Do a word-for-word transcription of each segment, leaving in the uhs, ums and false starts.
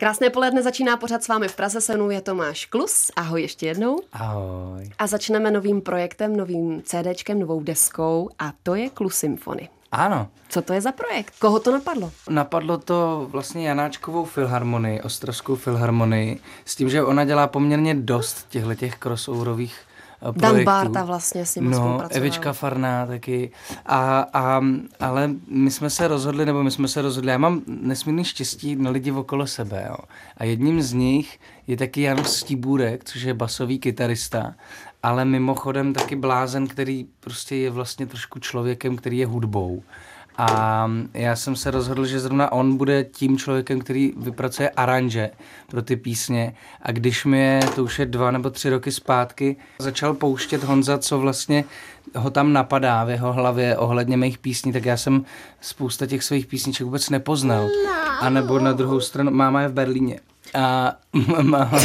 Krásné poledne začíná pořad s vámi v Praze, se jmenuje Tomáš Klus. Ahoj ještě jednou. Ahoj. A začneme novým projektem, novým CDčkem, novou deskou a to je Klus Symfony. Ano. Co to je za projekt? Koho to napadlo? Napadlo to vlastně Janáčkovou filharmonii, Ostravskou filharmonii, s tím, že ona dělá poměrně dost těchto crossoverových projektů. Dan Bárta vlastně s ním no, spolupracoval. Evička Farná taky. A, a, ale my jsme se rozhodli, nebo my jsme se rozhodli, já mám nesmírný štěstí na lidi okolo sebe. Jo. A jedním z nich je taky Jan Stibůrek, což je basový kytarista, ale mimochodem taky blázen, který prostě je vlastně trošku člověkem, který je hudbou. A já jsem se rozhodl, že zrovna on bude tím člověkem, který vypracuje aranže pro ty písně. A když mi je, to už je dva nebo tři roky zpátky, začal pouštět Honza, co vlastně ho tam napadá v jeho hlavě ohledně mých písní, tak já jsem spousta těch svých písniček vůbec nepoznal. A nebo na druhou stranu, máma je v Berlíně. A máma...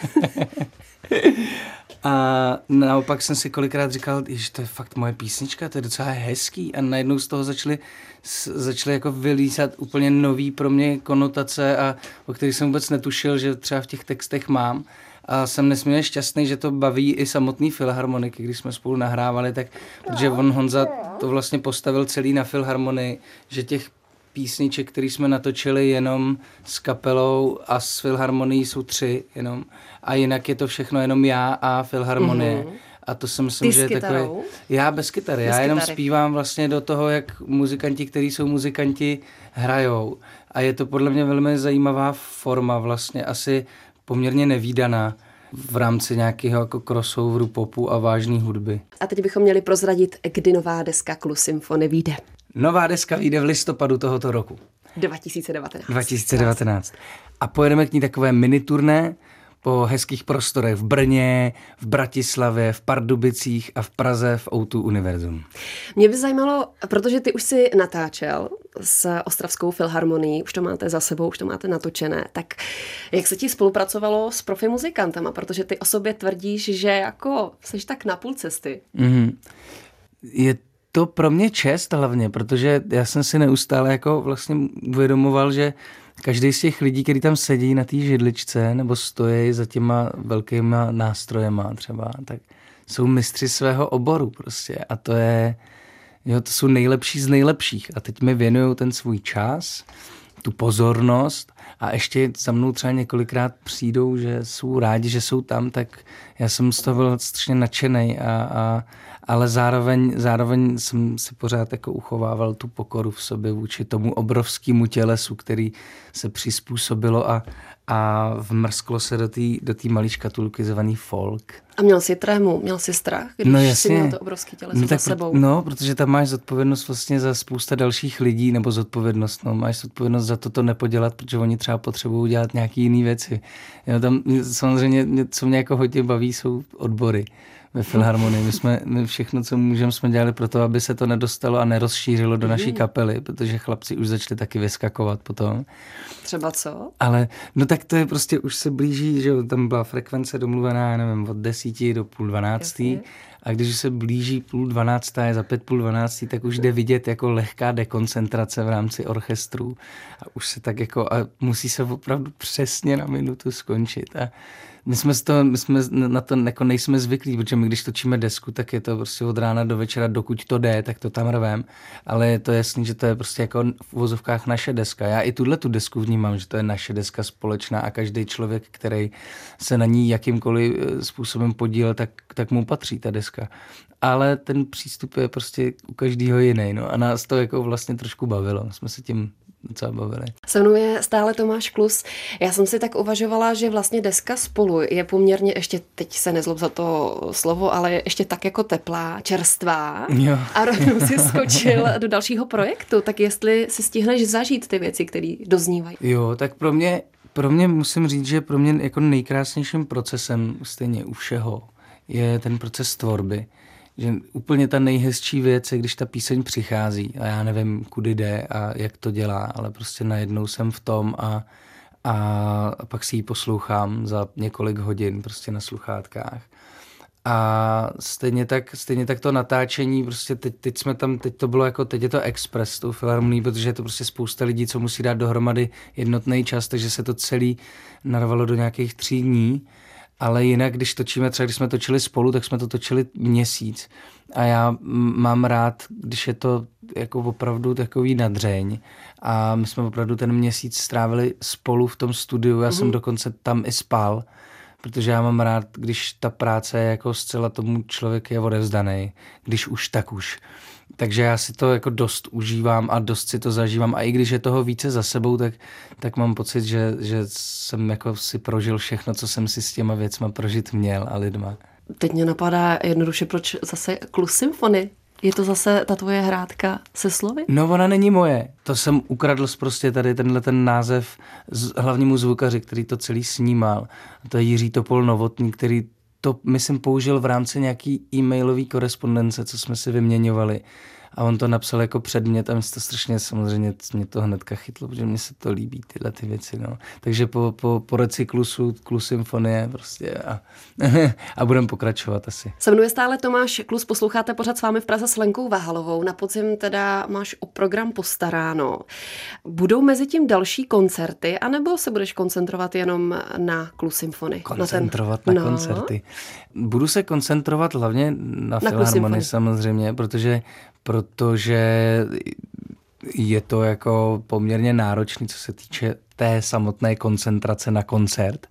A naopak jsem si kolikrát říkal, že to je fakt moje písnička, to je docela hezký. A najednou z toho začaly, začaly jako vylízat úplně nový pro mě konotace, a o kterých jsem vůbec netušil, že třeba v těch textech mám. A jsem nesmírně šťastný, že to baví i samotný filharmoniky, když jsme spolu nahrávali, tak, protože on Honza to vlastně postavil celý na filharmonii, že těch písniček, které jsme natočili jenom s kapelou a s filharmonií, jsou tři jenom. A jinak je to všechno jenom já a filharmonie. Mm-hmm. A to si myslím, Ty že je takové... Já bez kytary. Bez já jenom kytary. zpívám vlastně do toho, jak muzikanti, kteří jsou muzikanti, hrajou. A je to podle mě velmi zajímavá forma, vlastně asi poměrně nevídaná v rámci nějakého jako crossoveru popu a vážné hudby. A teď bychom měli prozradit, kdy nová deska Klus Symfony vyjde. Nová deska vyjde v listopadu tohoto roku. dva tisíce devatenáct. dva tisíce devatenáct. A pojedeme k ní takové miniturné po hezkých prostorech v Brně, v Bratislavě, v Pardubicích a v Praze v ó dva Univerzum. Mě by zajímalo, protože ty už si natáčel s Ostravskou filharmonií, už to máte za sebou, už to máte natočené, tak jak se ti spolupracovalo s profi muzikantama, protože ty o sobě tvrdíš, že jako jsi tak na půl cesty. Mm-hmm. Je to pro mě čest hlavně, protože já jsem si neustále jako vlastně uvědomoval, že každý z těch lidí, kteří tam sedí na té židličce nebo stojí za těma velkýma nástrojema třeba, tak jsou mistři svého oboru prostě. A to je, jo, to jsou nejlepší z nejlepších. A teď mi věnují ten svůj čas, tu pozornost a ještě za mnou třeba několikrát přijdou, že jsou rádi, že jsou tam, tak já jsem z toho byl strašně nadšenej, a, a, ale zároveň, zároveň jsem si pořád jako uchovával tu pokoru v sobě vůči tomu obrovskému tělesu, který se přizpůsobilo a, a vmrsklo se do té do té malé škatulky zvaný folk. A měl jsi trému, měl jsi strach, když no, jsi měl to obrovský těleso no, za tak, sebou? No, protože tam máš zodpovědnost vlastně za spousta dalších lidí, nebo zodpovědnost, no, máš zodpovědnost za to to nepodělat, protože oni třeba potřebují dělat nějaký jiný věci. Jo, tam samozřejmě, co mě jako hodně baví, jsou odbory ve filharmonii. My jsme my všechno, co můžeme, jsme dělali pro to, aby se to nedostalo a nerozšířilo do naší kapely, protože chlapci už začali taky vyskakovat potom. Třeba co? Ale no tak to je prostě, už se blíží, že tam byla frekvence domluvená, já nevím, od desíti do půl dvanáctý. A když se blíží půl dvanáctá, je za pět půl dvanáctý, tak už jde vidět jako lehká dekoncentrace v rámci orchestru. A už se tak jako, a musí se opravdu přesně na minutu skončit. A my jsme, z toho, my jsme na to jako nejsme zvyklí, protože my když točíme desku, tak je to prostě od rána do večera, dokud to jde, tak to tam rvem. Ale je to jasný, že to je prostě jako v uvozovkách naše deska. Já i tuhle tu desku vnímám, že to je naše deska společná a každý člověk, který se na ní jakýmkoliv způsobem podílel, tak, tak mu patří ta deska. Ale ten přístup je prostě u každého jiný. No. A nás to jako vlastně trošku bavilo. Jsme se tím docela bavili. Se mnou je stále Tomáš Klus. Já jsem si tak uvažovala, že vlastně deska Spolu je poměrně ještě, teď se nezlob za to slovo, ale je ještě tak jako teplá, čerstvá. Jo. A rovnou si skočil do dalšího projektu. Tak jestli si stihneš zažít ty věci, které doznívají. Jo, tak pro mě, pro mě musím říct, že pro mě jako nejkrásnějším procesem stejně u všeho je ten proces tvorby. Že úplně ta nejhezčí věc je, když ta píseň přichází a já nevím, kudy jde a jak to dělá, ale prostě najednou jsem v tom a, a, a pak si ji poslouchám za několik hodin prostě na sluchátkách. A stejně tak, stejně tak to natáčení, prostě teď, teď jsme tam, teď to bylo jako, teď je to express tou filharmonií, protože je to prostě spousta lidí, co musí dát dohromady jednotný čas, takže se to celý narvalo do nějakých tří dní. Ale jinak, když točíme, třeba když jsme točili spolu, tak jsme to točili měsíc. A já mám rád, když je to jako opravdu takový nadřeň. A my jsme opravdu ten měsíc strávili spolu v tom studiu. Já mm. jsem dokonce tam i spal, protože já mám rád, když ta práce je jako zcela tomu člověk je odevzdaný. Když už, tak už. Takže já si to jako dost užívám a dost si to zažívám. A i když je toho více za sebou, tak, tak mám pocit, že, že jsem jako si prožil všechno, co jsem si s těma věcma prožit měl a lidma. Teď mě napadá jednoduše, proč zase Klus Symfony? Je to zase ta tvoje hrádka se slovy? No, ona není moje. To jsem ukradl prostě tady tenhle ten název z hlavnímu zvukaři, který to celý snímal. A to je Jiří Topol Novotný, který to, myslím, použil v rámci nějaký e-mailové korespondence, co jsme si vyměňovali. A on to napsal jako předmět a mě to strašně, samozřejmě mě to hnedka chytlo, protože mně se to líbí, tyhle ty věci, no. Takže po, po, po recyklusu Klus Symfonie prostě a, a budeme pokračovat asi. Se mnou je stále Tomáš Klus, posloucháte pořád s vámi v Praze s Lenkou Váhalovou. Na podzim teda máš o program postaráno. Budou mezi tím další koncerty, anebo se budeš koncentrovat jenom na Klus Symfony? Koncentrovat na, ten... na no. koncerty. Budu se koncentrovat hlavně na, na filharmonii samozřejmě, protože protože je to jako poměrně náročný, co se týče té samotné koncentrace na koncert,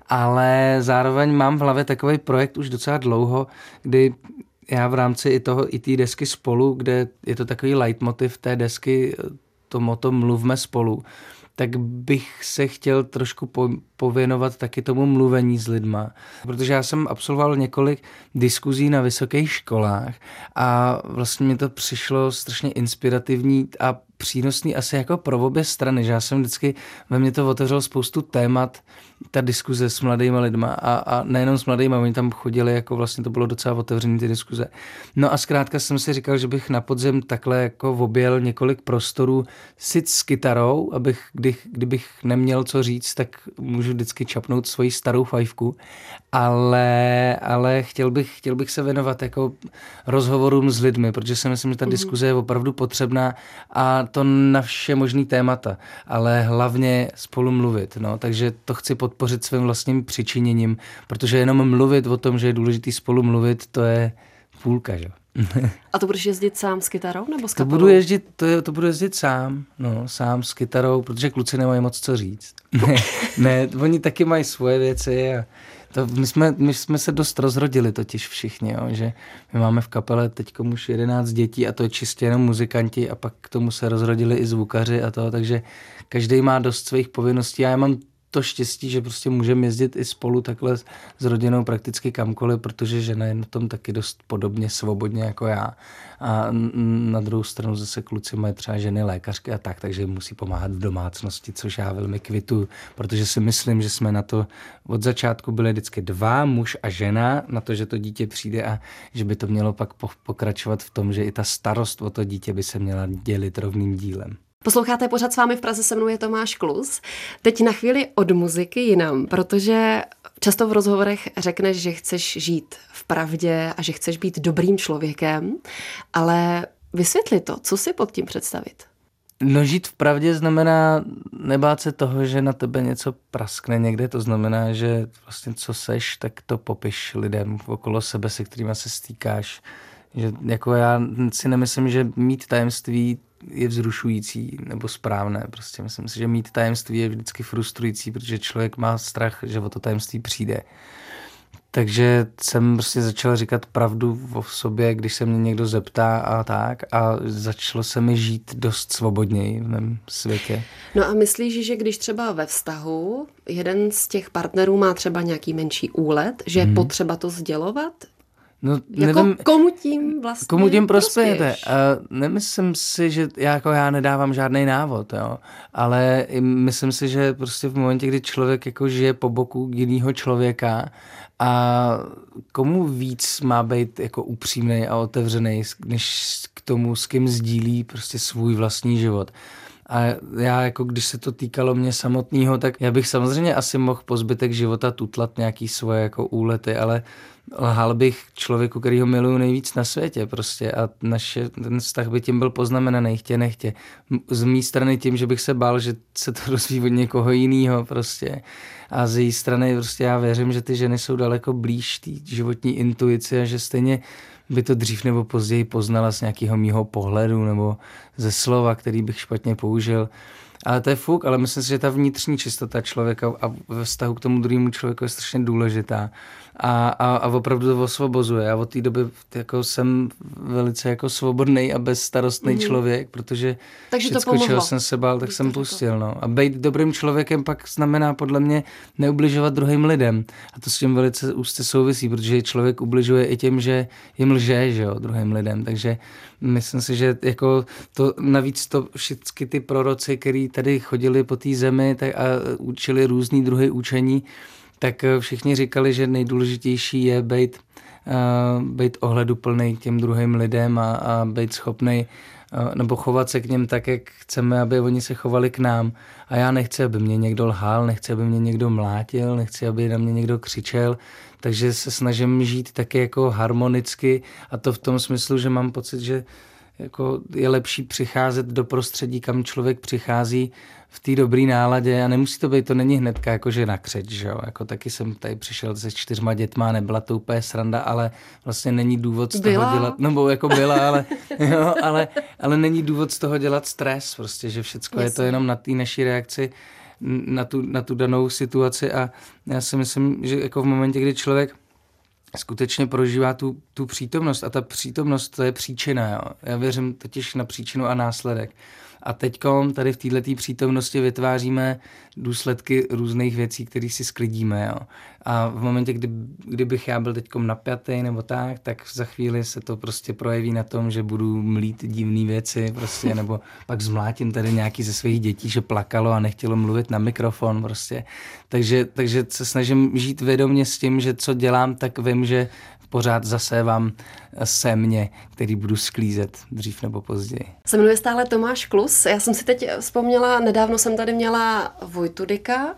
ale zároveň mám v hlavě takový projekt už docela dlouho, kdy já v rámci i toho, i té desky Spolu, kde je to takový leitmotiv té desky, to motto Mluvme spolu, tak bych se chtěl trošku po, pověnovat taky tomu mluvení s lidma. Protože já jsem absolvoval několik diskuzí na vysokých školách a vlastně mi to přišlo strašně inspirativní a přínosný asi jako pro obě strany, že já jsem vždycky, ve mně to otevřelo spoustu témat, ta diskuze s mladýma lidma a, a nejenom s mladýma, oni tam chodili, jako vlastně to bylo docela otevřený ty diskuze. No a zkrátka jsem si říkal, že bych na podzim takhle jako objel několik prostorů sit s kytarou, abych, kdy, kdybych neměl co říct, tak můžu vždycky čapnout svoji starou fajfku, ale, ale chtěl bych, chtěl bych se věnovat jako rozhovorům s lidmi, protože si myslím, že ta diskuze je opravdu potřebná a to na vše možný témata, ale hlavně spolu mluvit, no, takže to chci podpořit svým vlastním přičiněním, protože jenom mluvit o tom, že je důležitý spolu mluvit, to je půlka, že? A to budeš jezdit sám s kytarou nebo s kapelou? To budu jezdit, to, je, to budu jezdit sám, no, sám s kytarou, protože kluci nemají moc co říct. Ne, oni taky mají svoje věci a to, my, jsme, my jsme se dost rozrodili totiž všichni, jo, že my máme v kapele teď už jedenáct dětí a to je čistě jenom muzikanti a pak k tomu se rozrodili i zvukaři a to, takže každý má dost svých povinností a já mám to štěstí, že prostě můžeme jezdit i spolu takhle s rodinou prakticky kamkoliv, protože žena je na tom taky dost podobně svobodně jako já. A na druhou stranu zase kluci mají třeba ženy lékařky a tak, takže jim musí pomáhat v domácnosti, což já velmi kvituju, protože si myslím, že jsme na to od začátku byli vždycky dva, muž a žena, na to, že to dítě přijde a že by to mělo pak pokračovat v tom, že i ta starost o to dítě by se měla dělit rovným dílem. Posloucháte pořád s vámi v Praze, se mnou je Tomáš Klus. Teď na chvíli od muziky jinam, protože často v rozhovorech řekneš, že chceš žít v pravdě a že chceš být dobrým člověkem, ale vysvětli to, co si pod tím představit? No žít v pravdě znamená nebát se toho, že na tebe něco praskne někde, to znamená, že vlastně co seš, tak to popiš lidem okolo sebe, se kterýma se stýkáš. Že jako já si nemyslím, že mít tajemství je vzrušující nebo správné. Prostě myslím si, že mít tajemství je vždycky frustrující, protože člověk má strach, že o to tajemství přijde. Takže jsem prostě začal říkat pravdu o sobě, když se mě někdo zeptá a tak a začalo se mi žít dost svobodněji v mém světě. No a myslíš, že když třeba ve vztahu jeden z těch partnerů má třeba nějaký menší úlet, že je hmm. potřeba to sdělovat? No, jako nevím, komu tím vlastně komu tím prospějete? Uh, nemyslím si, že já, jako já nedávám žádný návod, jo? Ale myslím si, že prostě v momentě, kdy člověk jako žije po boku jiného člověka a komu víc má být jako upřímnej a otevřený, než k tomu, s kým sdílí prostě svůj vlastní život. A já jako když se to týkalo mě samotného, tak já bych samozřejmě asi mohl po zbytek života tutlat nějaký svoje jako úlety, ale lhal bych člověku, který ho miluju nejvíc na světě prostě a naše, ten vztah by tím byl poznamenaný, chtě nechtě. Z mé strany tím, že bych se bál, že se to rozvíjí od někoho jiného prostě. A z její strany prostě já věřím, že ty ženy jsou daleko blíž té životní intuici a že stejně by to dřív nebo později poznala z nějakého mýho pohledu nebo ze slova, který bych špatně použil. Ale to je fuk, ale myslím si, že ta vnitřní čistota člověka a ve vztahu k tomu druhému člověku je strašně důležitá. A, a, a opravdu to osvobozuje. Já od té doby jako jsem velice jako svobodný a bezstarostný mm. člověk, protože všechno, čeho jsem se bál, tak jsem pustil. No. A být dobrým člověkem pak znamená podle mě neubližovat druhým lidem. A to s tím velice úzce souvisí, protože člověk ubližuje i tím, že jim lže, že jo, druhým lidem. Takže myslím si, že jako to navíc to všechny ty proroci, který tady chodili po té zemi tak a učili různý druhy učení, tak všichni říkali, že nejdůležitější je být, uh, být ohleduplný těm druhým lidem a, a být schopný uh, nebo chovat se k něm tak, jak chceme, aby oni se chovali k nám. A já nechci, aby mě někdo lhal, nechci, aby mě někdo mlátil, nechci, aby na mě někdo křičel, takže se snažím žít taky jako harmonicky a to v tom smyslu, že mám pocit, že jako je lepší přicházet do prostředí, kam člověk přichází v té dobré náladě a nemusí to být, to není hnedka jakože nakřeč, že jo, jako taky jsem tady přišel se čtyřma dětma, nebyla to úplně sranda, ale vlastně není důvod z byla? toho dělat, nebo jako byla, ale, jo, ale, ale není důvod z toho dělat stres, prostě, že všecko Jasně. je to jenom na té naší reakci, na tu, na tu danou situaci a já si myslím, že jako v momentě, kdy člověk skutečně prožívá tu, tu přítomnost a ta přítomnost to je příčina. Jo. Já věřím totiž na příčinu a následek. A teďkom tady v této přítomnosti vytváříme důsledky různých věcí, které si sklidíme. Jo. A v momentě, kdy, kdybych já byl teďkom napjatý nebo tak, tak za chvíli se to prostě projeví na tom, že budu mlít divné věci, prostě, nebo pak zmlátím tady nějaký ze svých dětí, že plakalo a nechtělo mluvit na mikrofon. Prostě. Takže, takže se snažím žít vědomě s tím, že co dělám, tak vím, že pořád zasévám semě, který budu sklízet dřív nebo později. Se jmenuje stále Tomáš Klus. Já jsem si teď vzpomněla, nedávno jsem tady měla Vojtu Dyka.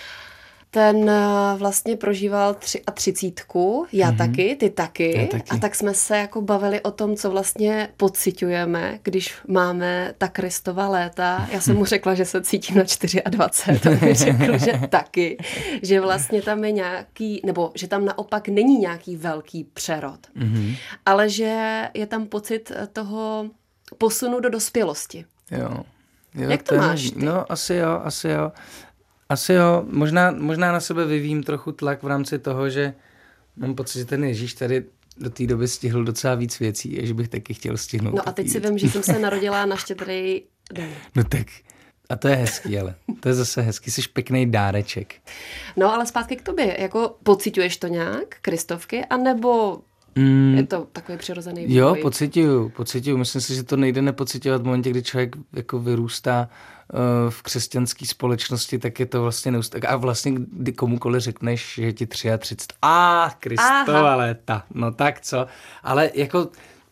Ten vlastně prožíval tři a třicítku, já mm-hmm. taky, ty taky. Já taky. A tak jsme se jako bavili o tom, co vlastně pociťujeme, když máme ta Kristova léta. Já jsem mu řekla, že se cítím na dvacet čtyři, on mi řekl, že taky. Že vlastně tam je nějaký, nebo že tam naopak není nějaký velký přerod. Mm-hmm. Ale že je tam pocit toho posunu do dospělosti. Jo. jo Jak to ten, máš ty? No asi jo, asi jo. Asi jo, možná, možná na sebe vyvím trochu tlak v rámci toho, že mám pocit, že ten Ježíš tady do té doby stihl docela víc věcí, a že bych taky chtěl stihnout. No a teď si vím, že jsem se narodila na Štědrý den. No tak, a to je hezký, ale to je zase hezký, jsi pěkný dáreček. No ale zpátky k tobě, jako pociťuješ to nějak, Kristovky, anebo mm, je to takový přirozený vývoj? Jo, pocituju, pocituju. Myslím si, že to nejde nepocitovat v momentě, kdy člověk jako vyrůstá v křesťanské společnosti, tak je to vlastně neustále. A vlastně, kdy komukoliv řekneš, že je ti třicet tři, a Kristova léta, no tak co. Ale jako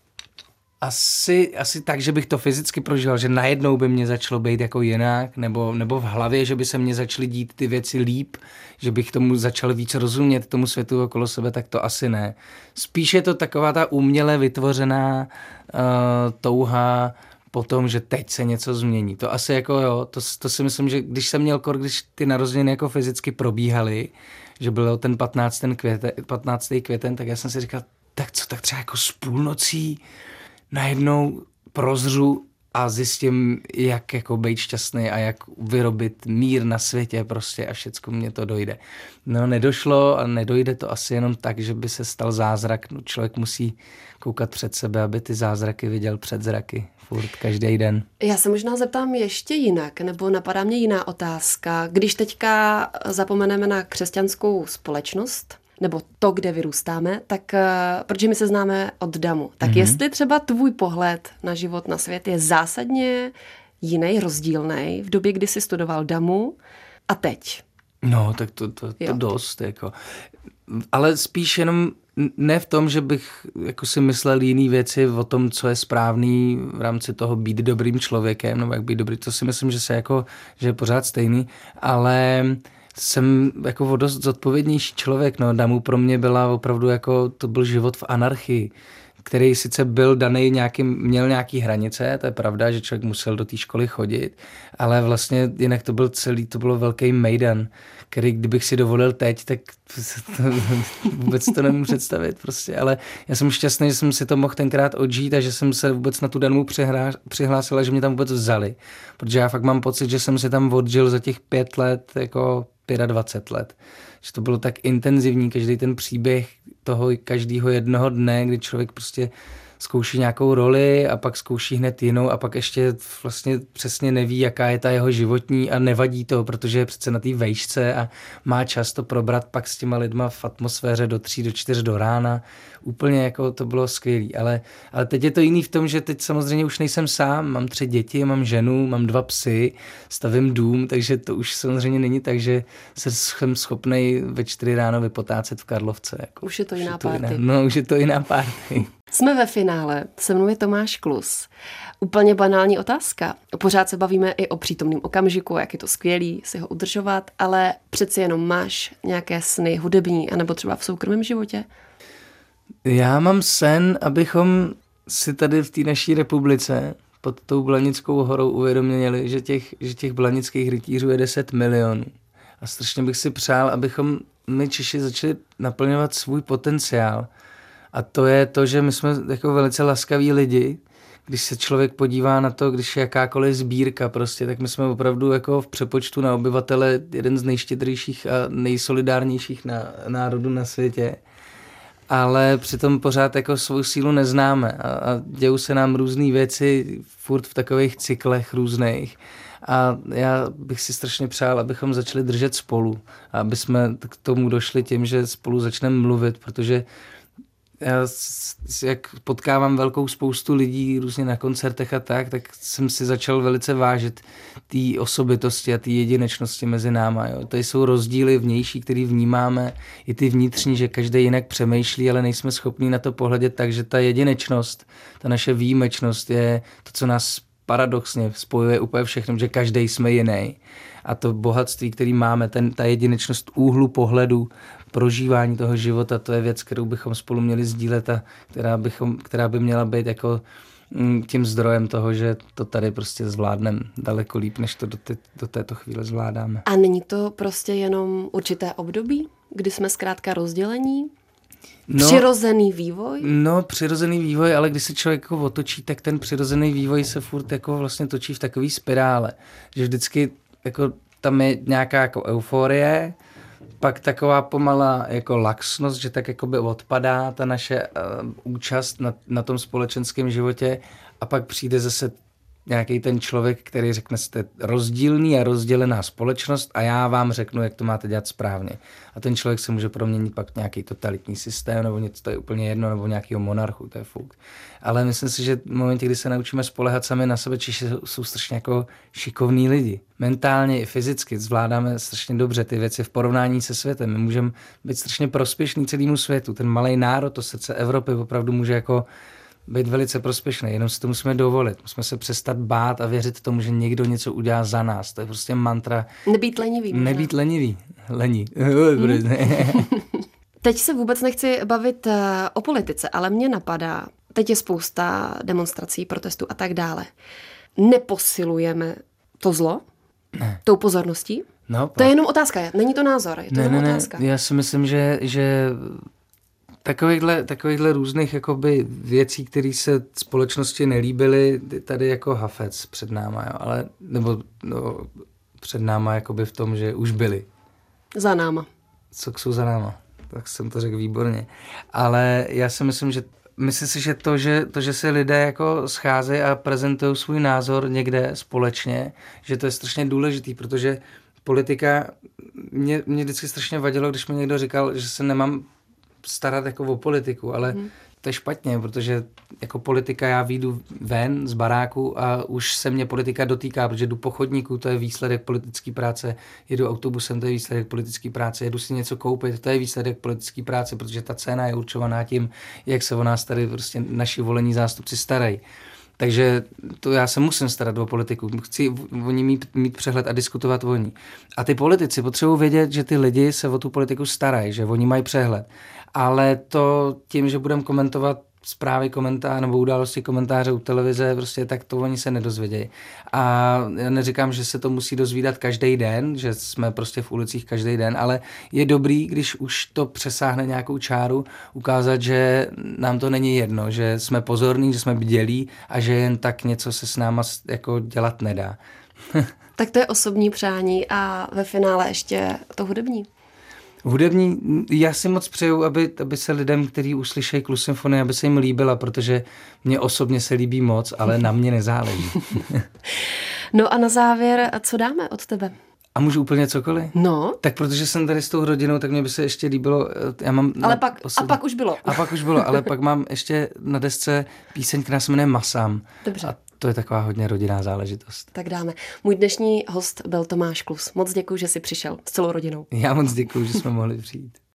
asi, asi tak, že bych to fyzicky prožil, že najednou by mě začalo být jako jinak, nebo, nebo v hlavě, že by se mně začaly dít ty věci líp, že bych tomu začal víc rozumět, tomu světu okolo sebe, tak to asi ne. Spíš je to taková ta uměle vytvořená uh, touha po tom, že teď se něco změní. To asi jako jo, to, to si myslím, že když jsem měl kor, když ty narozeniny jako fyzicky probíhaly, že byl ten patnáctý květen, patnáctý květen, tak já jsem si říkal, tak co, tak třeba jako s půlnocí najednou prozřu a zjistím, jak jako být šťastný a jak vyrobit mír na světě prostě a všecko mě to dojde. No nedošlo a nedojde to asi jenom tak, že by se stal zázrak. No, člověk musí koukat před sebe, aby ty zázraky viděl před zraky. Furt, každý den. Já se možná zeptám ještě jinak, nebo napadá mě jiná otázka. Když teďka zapomeneme na křesťanskou společnost, nebo to, kde vyrůstáme, tak protože my se známe od Damu, tak mm-hmm. jestli třeba tvůj pohled na život, na svět je zásadně jiný, rozdílnej v době, kdy jsi studoval Damu a teď? No, tak to, to, to dost, jako. ale spíš jenom ne v tom, že bych jako si myslel jiný věci o tom, co je správný v rámci toho být dobrým člověkem, nebo jak být dobrý, to si myslím, že se jako, že je pořád stejný, ale jsem jako o dost zodpovědnější člověk, no, Damu pro mě byla opravdu jako, to byl život v anarchii, který sice byl daný nějakým, měl nějaký hranice, to je pravda, že člověk musel do té školy chodit, ale vlastně jinak to byl celý, to bylo velký mejdan, který kdybych si dovolil teď, tak to, vůbec to nemůžu představit prostě, ale já jsem šťastný, že jsem si to mohl tenkrát odžít a že jsem se vůbec na tu Damu přihlásil a že mě tam vůbec vzali, protože já fakt mám pocit, že jsem si tam odžil za těch pět let, jako dvacet pět let, že to bylo tak intenzivní, každý ten příběh toho každého jednoho dne, kdy člověk prostě zkouší nějakou roli a pak zkouší hned jinou a pak ještě vlastně přesně neví, jaká je ta jeho životní a nevadí to, protože je přece na té vejšce a má čas to probrat pak s těma lidma v atmosféře do tří, do čtyř do rána. Úplně jako to bylo skvělý, ale, ale teď je to jiný v tom, že teď samozřejmě už nejsem sám, mám tři děti, mám ženu, mám dva psy, stavím dům, takže to už samozřejmě není tak, že se jsem schopnej ve čtyři ráno vypotácet v Karlovce. Jako, už je to jiná party. No, už je to jiná party. Jsme ve finále, se mnou je Tomáš Klus. Úplně banální otázka. Pořád se bavíme i o přítomném okamžiku, jak je to skvělý si ho udržovat, ale přeci jenom máš nějaké sny hudební, anebo třeba v soukromém životě? Já mám sen, abychom si tady v té naší republice pod tou Blanickou horou uvědomili, že těch, že těch blanických rytířů je deset milionů. A strašně bych si přál, abychom my Češi začali naplňovat svůj potenciál. A to je to, že my jsme jako velice laskaví lidi. Když se člověk podívá na to, když je jakákoliv sbírka prostě, tak my jsme opravdu jako v přepočtu na obyvatele jeden z nejštědřejších a nejsolidárnějších na, národů na světě. Ale přitom pořád jako svou sílu neznáme a, a dějou se nám různé věci furt v takových cyklech různých. A já bych si strašně přál, abychom začali držet spolu a aby jsme k tomu došli tím, že spolu začneme mluvit, protože já, jak potkávám velkou spoustu lidí různě na koncertech a tak, tak jsem si začal velice vážit té osobitosti a té jedinečnosti mezi náma. Jo. Tady jsou rozdíly vnější, které vnímáme, i ty vnitřní, že každý jinak přemýšlí, ale nejsme schopní na to pohledět tak, že ta jedinečnost, ta naše výjimečnost je to, co nás paradoxně spojuje úplně všechno, že každý jsme jiný. A to bohatství, který máme, ten, ta jedinečnost úhlu pohledu, prožívání toho života, to je věc, kterou bychom spolu měli sdílet a která, bychom, která by měla být jako tím zdrojem toho, že to tady prostě zvládneme daleko líp, než to do, te, do této chvíle zvládáme. A není to prostě jenom určité období, kdy jsme zkrátka rozdělení? No, přirozený vývoj? No, přirozený vývoj, ale když se člověk jako otočí, tak ten přirozený vývoj se furt jako vlastně točí v takový spirále, že vždycky jako tam je nějaká jako euforie, pak taková pomalá jako laxnost, že tak jako by odpadá ta naše uh, účast na, na tom společenském životě a pak přijde zase nějaký ten člověk, který řekne, jste rozdílný a rozdělená společnost a já vám řeknu, jak to máte dělat správně. A ten člověk se může proměnit pak nějaký totalitní systém nebo něco, to je úplně jedno, nebo nějakýho monarchu, to je fuk. Ale myslím si, že v momentě, kdy se naučíme spoléhat sami na sebe, Češi jsou strašně jako šikovní lidi. Mentálně i fyzicky zvládáme strašně dobře ty věci v porovnání se světem. My můžeme být strašně prospěšný celému světu. Ten malý národ, to srdce Evropy opravdu může jako být velice prospěšný, jenom si to musíme dovolit. Musíme se přestat bát a věřit tomu, že někdo něco udělá za nás. To je prostě mantra. Nebýt lenivý. Možná. Nebýt lenivý. Lení. Hmm. Teď se vůbec nechci bavit o politice, ale mě napadá, teď je spousta demonstrací, protestů a tak dále. Neposilujeme to zlo? Ne. Tou pozorností? No, to je jenom otázka, není to názor, je to ne, jenom ne, otázka. Ne. Já si myslím, že, že Takovýchhle, takovýchhle různých jakoby věcí, které se společnosti nelíbily, tady jako hafec před náma, jo, ale nebo no, před náma jakoby v tom, že už byly. Za náma. Co jsou za náma, tak jsem to řekl výborně. Ale já si myslím, že myslím si, že to, že to, že se lidé jako scházejí a prezentují svůj názor někde společně, že to je strašně důležitý, protože politika, mě, mě vždycky strašně vadilo, když mi někdo říkal, že se nemám starat jako o politiku, ale hmm. to je špatně, protože jako politika já vyjdu ven z baráku a už se mě politika dotýká, protože jdu po chodníku, to je výsledek politické práce, jedu autobusem, to je výsledek politické práce, jedu si něco koupit, to je výsledek politické práce, protože ta cena je určovaná tím, jak se o nás tady prostě naši volení zástupci starají. Takže to já se musím starat o politiku, chci o ní mít, mít přehled a diskutovat o ní. A ty politici potřebují vědět, že ty lidi se o tu politiku starají, že oni mají přehled. Ale to tím, že budeme komentovat zprávy, komentáře nebo události komentáře u televize, prostě tak to oni se nedozvědějí. A já neříkám, že se to musí dozvídat každý den, že jsme prostě v ulicích každý den, ale je dobrý, když už to přesáhne nějakou čáru, ukázat, že nám to není jedno, že jsme pozorní, že jsme bdělí a že jen tak něco se s náma jako dělat nedá. Tak to je osobní přání a ve finále ještě to hudební. Hudební, já si moc přeju, aby, aby se lidem, kteří uslyšejí Klus symfonie, aby se jim líbila, protože mně osobně se líbí moc, ale na mě nezáleží. No a na závěr, co dáme od tebe? A můžu úplně cokoliv? No. Tak protože jsem tady s tou rodinou, tak mě by se ještě líbilo. Já mám ale pak, osobně, a pak už bylo. A pak už bylo, ale pak mám ještě na desce píseň, která se jmenuje Masám. Dobře. A to je taková hodně rodinná záležitost. Tak dáme. Můj dnešní host byl Tomáš Klus. Moc děkuji, že jsi přišel s celou rodinou. Já moc děkuji, že jsme mohli přijít.